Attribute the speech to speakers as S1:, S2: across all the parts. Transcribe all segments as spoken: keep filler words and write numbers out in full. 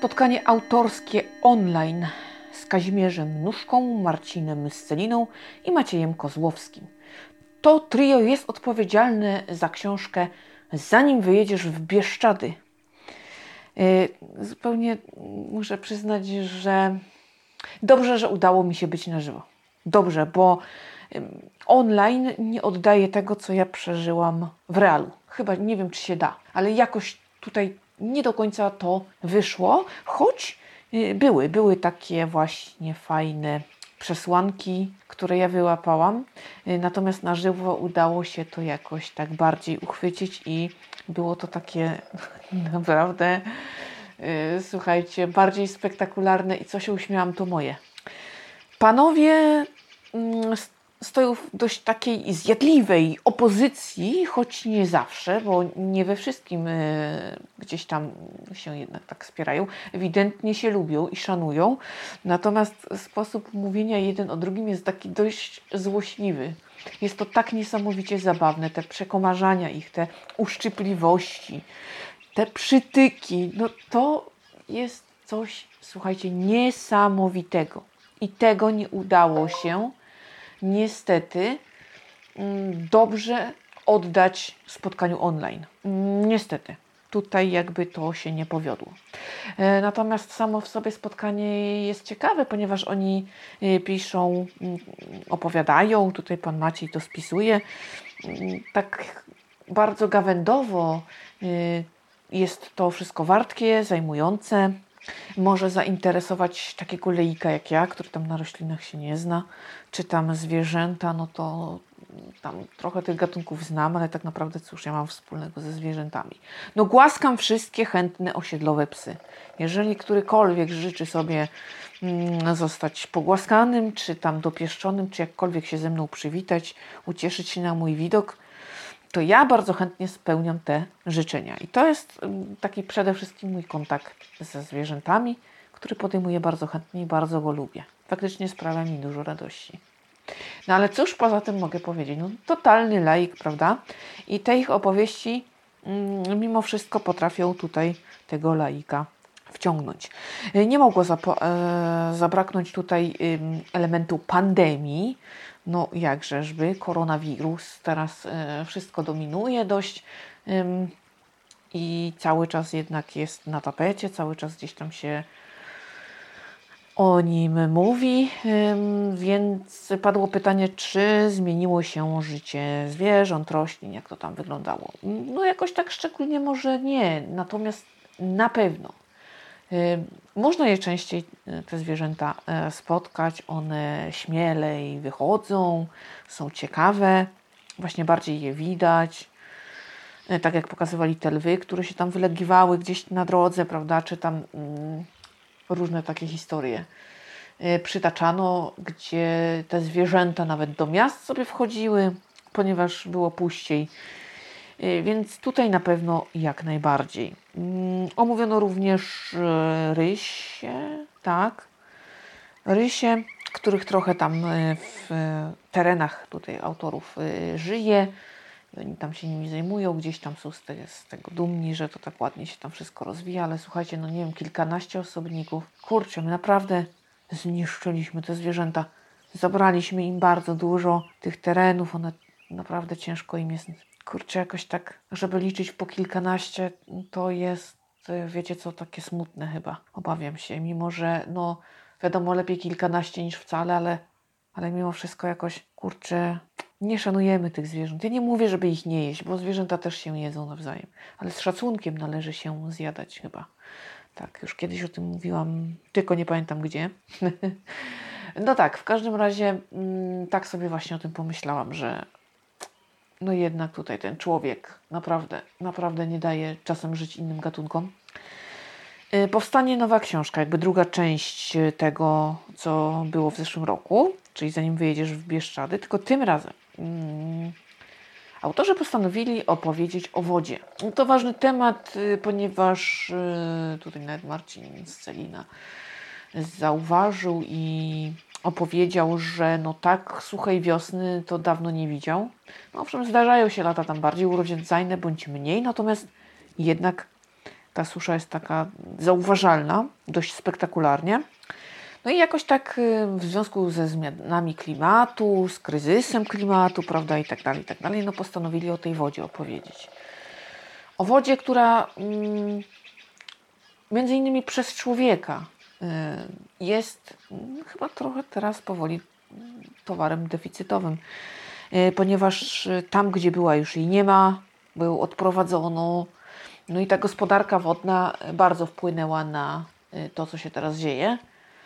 S1: spotkanie autorskie online z Kazimierzem Nóżką, Marcinem Sceliną i Maciejem Kozłowskim. To trio jest odpowiedzialne za książkę Zanim wyjedziesz w Bieszczady. Zupełnie muszę przyznać, że dobrze, że udało mi się być na żywo. Dobrze, bo online nie oddaje tego, co ja przeżyłam w realu. Chyba nie wiem, czy się da, ale jakoś tutaj nie do końca to wyszło, choć były, były takie właśnie fajne przesłanki, które ja wyłapałam. Natomiast na żywo udało się to jakoś tak bardziej uchwycić i było to takie naprawdę, słuchajcie, bardziej spektakularne i co się uśmiałam, to moje. Panowie stoją w dość takiej zjadliwej opozycji, choć nie zawsze, bo nie we wszystkim gdzieś tam się jednak tak wspierają. Ewidentnie się lubią i szanują, natomiast sposób mówienia jeden o drugim jest taki dość złośliwy. Jest to tak niesamowicie zabawne, te przekomarzania ich, te uszczypliwości, te przytyki, no to jest coś, słuchajcie, niesamowitego. I tego nie udało się niestety dobrze oddać spotkaniu online. Niestety. Tutaj jakby to się nie powiodło. Natomiast samo w sobie spotkanie jest ciekawe, ponieważ oni piszą, opowiadają, tutaj pan Maciej to spisuje, tak bardzo gawędowo. Jest to wszystko wartkie, zajmujące. Może zainteresować takiego leika jak ja, który tam na roślinach się nie zna. Czytam zwierzęta, no to tam trochę tych gatunków znam, ale tak naprawdę cóż ja mam wspólnego ze zwierzętami. No głaskam wszystkie chętne osiedlowe psy. Jeżeli którykolwiek życzy sobie mm, zostać pogłaskanym, czy tam dopieszczonym, czy jakkolwiek się ze mną przywitać, ucieszyć się na mój widok, to ja bardzo chętnie spełniam te życzenia. I to jest taki przede wszystkim mój kontakt ze zwierzętami, który podejmuję bardzo chętnie i bardzo go lubię. Faktycznie sprawia mi dużo radości. No ale cóż poza tym mogę powiedzieć? No, totalny laik, prawda? I te ich opowieści mm, mimo wszystko potrafią tutaj tego laika wciągnąć. Nie mogło zapo- e, zabraknąć tutaj y, elementu pandemii. No jakżeżby, koronawirus teraz e, wszystko dominuje dość ym, i cały czas jednak jest na tapecie, cały czas gdzieś tam się o nim mówi, ym, więc padło pytanie, czy zmieniło się życie zwierząt, roślin, jak to tam wyglądało. No jakoś tak szczególnie może nie, natomiast na pewno można je częściej, te zwierzęta, spotkać, one śmielej wychodzą, są ciekawe, właśnie bardziej je widać, tak jak pokazywali te lwy, które się tam wylegiwały gdzieś na drodze, prawda, czy tam mm, różne takie historie przytaczano, gdzie te zwierzęta nawet do miast sobie wchodziły, ponieważ było puściej. Więc tutaj na pewno jak najbardziej. Um, omówiono również e, rysie, tak, rysie, których trochę tam w terenach tutaj autorów e, żyje. Oni tam się nimi zajmują, gdzieś tam są z, te, z tego dumni, że to tak ładnie się tam wszystko rozwija, ale słuchajcie, no nie wiem, kilkanaście osobników. Kurczę, my naprawdę zniszczyliśmy te zwierzęta. Zabraliśmy im bardzo dużo tych terenów, one naprawdę ciężko im jest. Kurczę, jakoś tak, żeby liczyć po kilkanaście, to jest, wiecie co, takie smutne chyba. Obawiam się, mimo że, no, wiadomo, lepiej kilkanaście niż wcale, ale, ale mimo wszystko jakoś, kurczę, nie szanujemy tych zwierząt. Ja nie mówię, żeby ich nie jeść, bo zwierzęta też się jedzą nawzajem, ale z szacunkiem należy się zjadać chyba. Tak, już kiedyś o tym mówiłam, tylko nie pamiętam gdzie. No tak, w każdym razie mm, tak sobie właśnie o tym pomyślałam, że no jednak tutaj ten człowiek naprawdę, naprawdę nie daje czasem żyć innym gatunkom. Yy, powstanie nowa książka, jakby druga część tego, co było w zeszłym roku, czyli Zanim wyjedziesz w Bieszczady, tylko tym razem yy, autorzy postanowili opowiedzieć o wodzie. No to ważny temat, yy, ponieważ yy, tutaj nawet Marcin Scelina zauważył i opowiedział, że no tak suchej wiosny to dawno nie widział. No owszem, zdarzają się lata tam bardziej urodzajne bądź mniej, natomiast jednak ta susza jest taka zauważalna, dość spektakularnie. No i jakoś tak w związku ze zmianami klimatu, z kryzysem klimatu, prawda, i tak dalej, i tak dalej, no postanowili o tej wodzie opowiedzieć. O wodzie, która mm, między innymi przez człowieka y, jest y, chyba trochę teraz powoli towarem deficytowym, y, ponieważ tam, gdzie była, już jej nie ma, był odprowadzono, no i ta gospodarka wodna bardzo wpłynęła na y, to, co się teraz dzieje.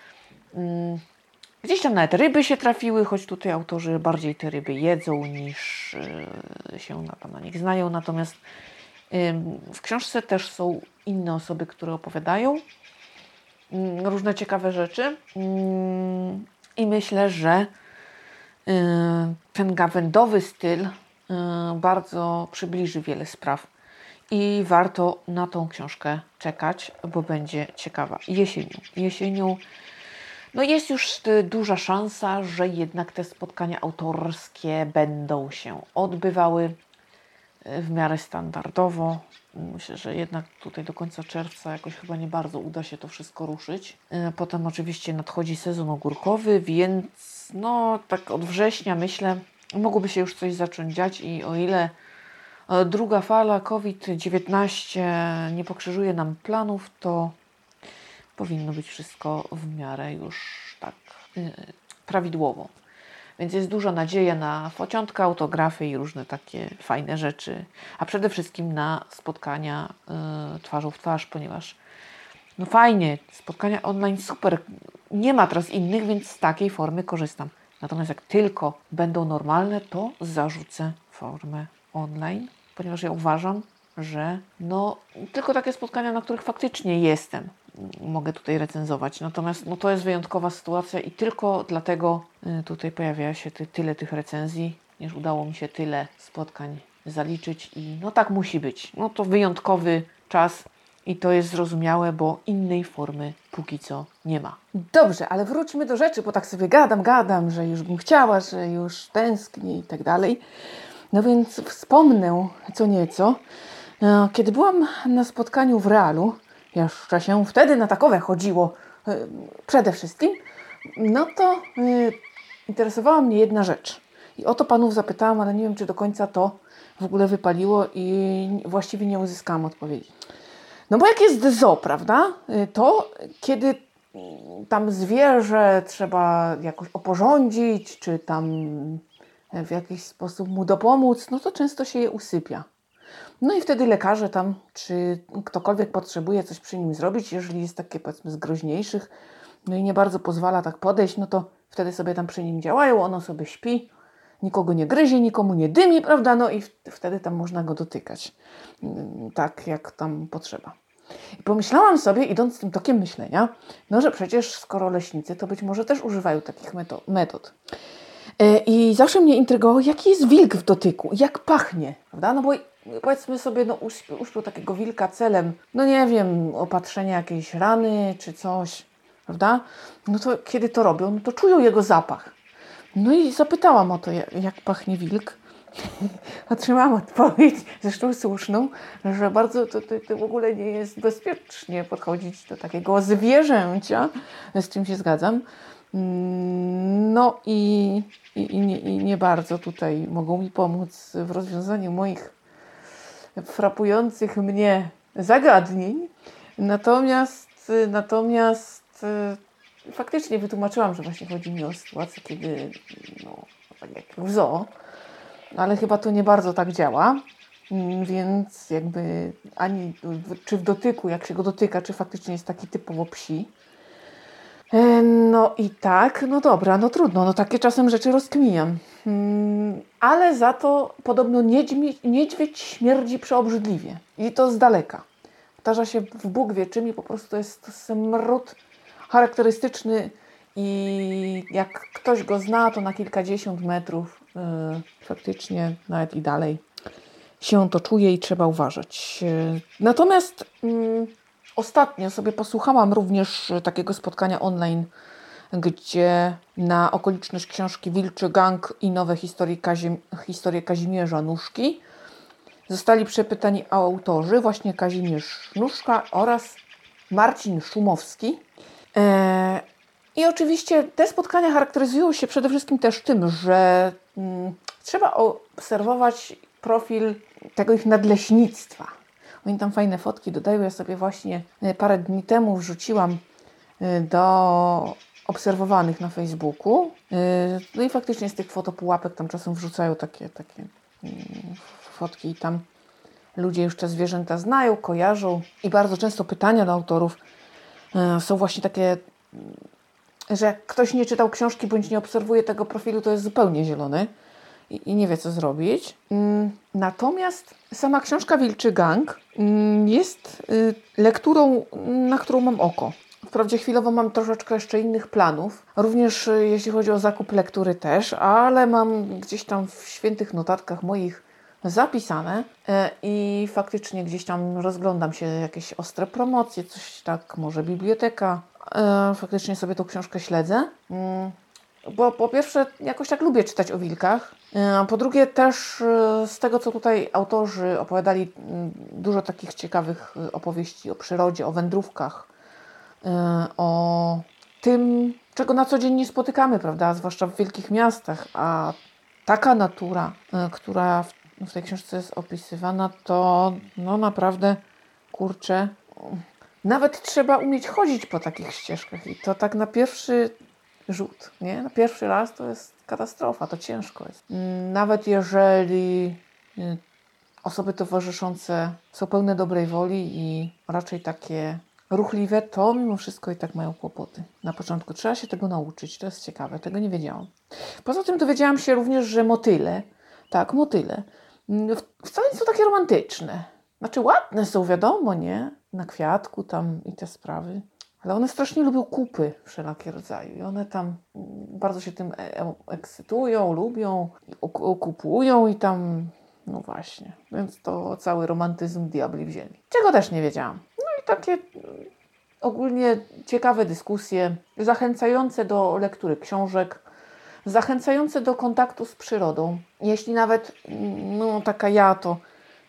S1: Gdzieś tam nawet ryby się trafiły, choć tutaj autorzy bardziej te ryby jedzą niż yy, się na, na nich znają. Natomiast yy, w książce też są inne osoby, które opowiadają yy, różne ciekawe rzeczy. Yy, I myślę, że yy, ten gawędowy styl yy, bardzo przybliży wiele spraw. I warto na tą książkę czekać, bo będzie ciekawa. Jesienią. Jesienią No jest już duża szansa, że jednak te spotkania autorskie będą się odbywały w miarę standardowo. Myślę, że jednak tutaj do końca czerwca jakoś chyba nie bardzo uda się to wszystko ruszyć. Potem oczywiście nadchodzi sezon ogórkowy, więc no tak od września myślę, mogłoby się już coś zacząć dziać i o ile druga fala COVID dziewiętnaście nie pokrzyżuje nam planów, to powinno być wszystko w miarę już tak yy, prawidłowo. Więc jest duża nadzieja na fociątka, autografy i różne takie fajne rzeczy. A przede wszystkim na spotkania yy, twarzą w twarz, ponieważ no fajnie, spotkania online super. Nie ma teraz innych, więc z takiej formy korzystam. Natomiast jak tylko będą normalne, to zarzucę formę online, ponieważ ja uważam, że no tylko takie spotkania, na których faktycznie jestem, mogę tutaj recenzować. Natomiast no, to jest wyjątkowa sytuacja i tylko dlatego y, tutaj pojawia się ty, tyle tych recenzji, iż udało mi się tyle spotkań zaliczyć i no tak musi być. No to wyjątkowy czas i to jest zrozumiałe, bo innej formy póki co nie ma. Dobrze, ale wróćmy do rzeczy, bo tak sobie gadam, gadam, że już bym chciała, że już tęsknię i tak dalej. No więc wspomnę co nieco. No, kiedy byłam na spotkaniu w Realu, jeszcze się wtedy na takowe chodziło yy, przede wszystkim, no to yy, interesowała mnie jedna rzecz. I o to panów zapytałam, ale nie wiem, czy do końca to w ogóle wypaliło i właściwie nie uzyskałam odpowiedzi. No bo jak jest zoo, prawda, yy, to kiedy yy, tam zwierzę trzeba jakoś oporządzić, czy tam yy, w jakiś sposób mu dopomóc, no to często się je usypia. No i wtedy lekarze tam, czy ktokolwiek potrzebuje coś przy nim zrobić, jeżeli jest takie, powiedzmy, z groźniejszych, no i nie bardzo pozwala tak podejść, no to wtedy sobie tam przy nim działają, ono sobie śpi, nikogo nie gryzie, nikomu nie dymi, prawda, no i w- wtedy tam można go dotykać, tak jak tam potrzeba. I pomyślałam sobie, idąc tym tokiem myślenia, no że przecież skoro leśnicy, to być może też używają takich meto- metod. I zawsze mnie intrygowało, jaki jest wilk w dotyku, jak pachnie, prawda? No bo powiedzmy sobie, no uśpił, uśpił takiego wilka celem, no nie wiem, opatrzenia jakiejś rany czy coś, prawda? No to kiedy to robią, no to czują jego zapach. No i zapytałam o to, jak, jak pachnie wilk. Otrzymałam odpowiedź, zresztą słuszną, że bardzo to, to, to w ogóle nie jest bezpiecznie podchodzić do takiego zwierzęcia, z czym się zgadzam. No i, i, i, nie, i nie bardzo tutaj mogą mi pomóc w rozwiązaniu moich frapujących mnie zagadnień. Natomiast, natomiast faktycznie wytłumaczyłam, że właśnie chodzi mi o sytuację, kiedy, no, tak jak w zoo, ale chyba to nie bardzo tak działa, więc jakby ani czy w dotyku, jak się go dotyka, czy faktycznie jest taki typowo psi. No i tak, no dobra, no trudno, no takie czasem rzeczy rozkminiam. Hmm, ale za to podobno niedźwiedź, niedźwiedź śmierdzi przeobrzydliwie i to z daleka. Powtarza się w Bóg wie czym i po prostu to jest smród charakterystyczny i jak ktoś go zna, to na kilkadziesiąt metrów yy, faktycznie nawet i dalej się to czuje i trzeba uważać. Yy, natomiast yy, ostatnio sobie posłuchałam również takiego spotkania online, gdzie na okoliczność książki Wilczy Gang i nowe historie, Kazim- historie Kazimierza Nóżki Zostali przepytani autorzy, właśnie Kazimierz Sznuszka oraz Marcin Szumowski. E, I oczywiście te spotkania charakteryzują się przede wszystkim też tym, że mm, trzeba obserwować profil tego ich nadleśnictwa. Oni tam fajne fotki dodają. Ja sobie właśnie parę dni temu wrzuciłam do obserwowanych na Facebooku. No i faktycznie z tych fotopułapek tam czasem wrzucają takie, takie fotki i tam ludzie już te zwierzęta znają, kojarzą i bardzo często pytania do autorów są właśnie takie, że jak ktoś nie czytał książki bądź nie obserwuje tego profilu, to jest zupełnie zielony i, i nie wie, co zrobić. Natomiast sama książka Wilczy Gang jest lekturą, na którą mam oko. Wprawdzie chwilowo mam troszeczkę jeszcze innych planów, również jeśli chodzi o zakup lektury też, ale mam gdzieś tam w świętych notatkach moich zapisane i faktycznie gdzieś tam rozglądam się jakieś ostre promocje, coś tak, może biblioteka. Faktycznie sobie tą książkę śledzę, bo po pierwsze jakoś tak lubię czytać o wilkach, a po drugie też z tego, co tutaj autorzy opowiadali, dużo takich ciekawych opowieści o przyrodzie, o wędrówkach, o tym, czego na co dzień nie spotykamy, prawda, zwłaszcza w wielkich miastach, a taka natura, która w tej książce jest opisywana, to no naprawdę, kurczę, nawet trzeba umieć chodzić po takich ścieżkach i to tak na pierwszy rzut, nie? Na pierwszy raz to jest katastrofa, to ciężko jest. Nawet jeżeli osoby towarzyszące są pełne dobrej woli i raczej takie ruchliwe, to mimo wszystko i tak mają kłopoty. Na początku trzeba się tego nauczyć, to jest ciekawe, tego nie wiedziałam. Poza tym dowiedziałam się również, że motyle, tak, motyle, wcale nie są takie romantyczne. Znaczy ładne są, wiadomo, nie? Na kwiatku tam i te sprawy. Ale one strasznie lubią kupy wszelakie rodzaju. I one tam bardzo się tym ekscytują, lubią, kupują i tam, no właśnie. Więc to cały romantyzm diabli wzięli. Czego też nie wiedziałam. No i takie ogólnie ciekawe dyskusje, zachęcające do lektury książek, zachęcające do kontaktu z przyrodą. Jeśli nawet, no taka ja to,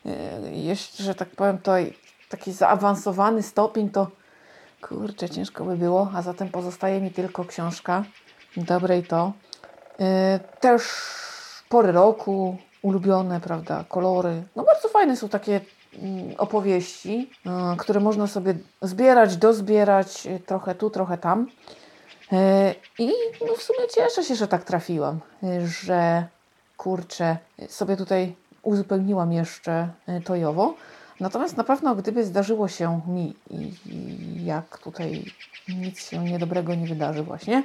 S1: jeśli, że tak powiem, to taki zaawansowany stopień, to kurczę, ciężko by było, a zatem pozostaje mi tylko książka. Dobre i to. Yy, też pory roku, ulubione, prawda, kolory. No bardzo fajne są takie yy, opowieści, yy, które można sobie zbierać, dozbierać, yy, trochę tu, trochę tam. Yy, I no w sumie cieszę się, że tak trafiłam, yy, że kurczę, sobie tutaj uzupełniłam jeszcze yy, tojowo. Natomiast na pewno, gdyby zdarzyło się mi i, i jak tutaj nic się niedobrego nie wydarzy właśnie,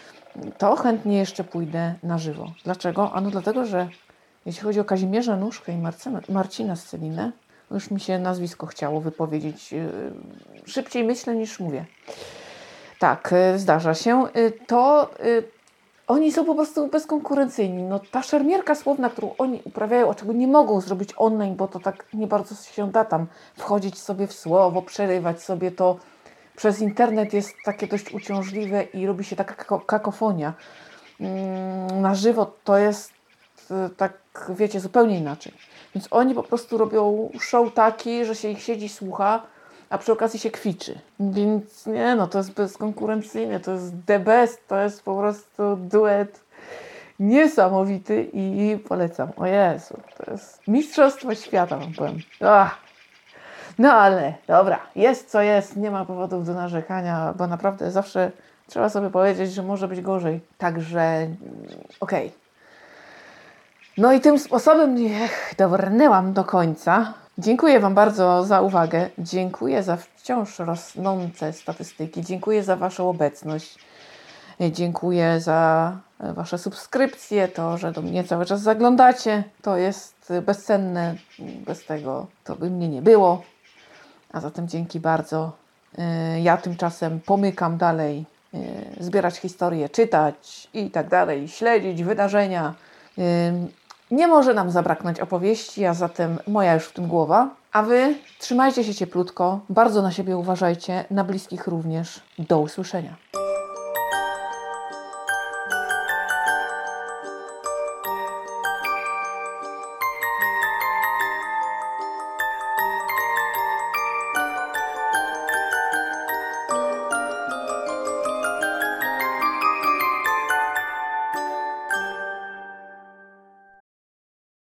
S1: to chętnie jeszcze pójdę na żywo. Dlaczego? Ano dlatego, że jeśli chodzi o Kazimierza Nóżkę i Marcina, Marcina Scelinę, już mi się nazwisko chciało wypowiedzieć. Yy, szybciej myślę niż mówię. Tak, yy, zdarza się. Yy, to yy, oni są po prostu bezkonkurencyjni. No, ta szermierka słowna, którą oni uprawiają, a czego nie mogą zrobić online, bo to tak nie bardzo się da tam wchodzić sobie w słowo, przerywać sobie to. Przez internet jest takie dość uciążliwe i robi się taka kako- kakofonia. Mm, na żywo to jest tak, wiecie, zupełnie inaczej. Więc oni po prostu robią show taki, że się ich siedzi, słucha, a przy okazji się kwiczy. Więc nie no, to jest bezkonkurencyjne, to jest the best, to jest po prostu duet niesamowity i polecam. O Jezu, to jest mistrzostwo świata, wam powiem. Ach. No ale, dobra, jest co jest, nie ma powodów do narzekania, bo naprawdę zawsze trzeba sobie powiedzieć, że może być gorzej. Także okej. Okay. No i tym sposobem niech dobrnęłam do końca. Dziękuję Wam bardzo za uwagę. Dziękuję za wciąż rosnące statystyki. Dziękuję za Waszą obecność. Dziękuję za Wasze subskrypcje, to, że do mnie cały czas zaglądacie. To jest bezcenne. Bez tego to by mnie nie było. A zatem dzięki bardzo. Ja tymczasem pomykam dalej, zbierać historie, czytać i tak dalej, śledzić wydarzenia. Nie może nam zabraknąć opowieści, a zatem moja już w tym głowa. A Wy trzymajcie się cieplutko, bardzo na siebie uważajcie, na bliskich również. Do usłyszenia.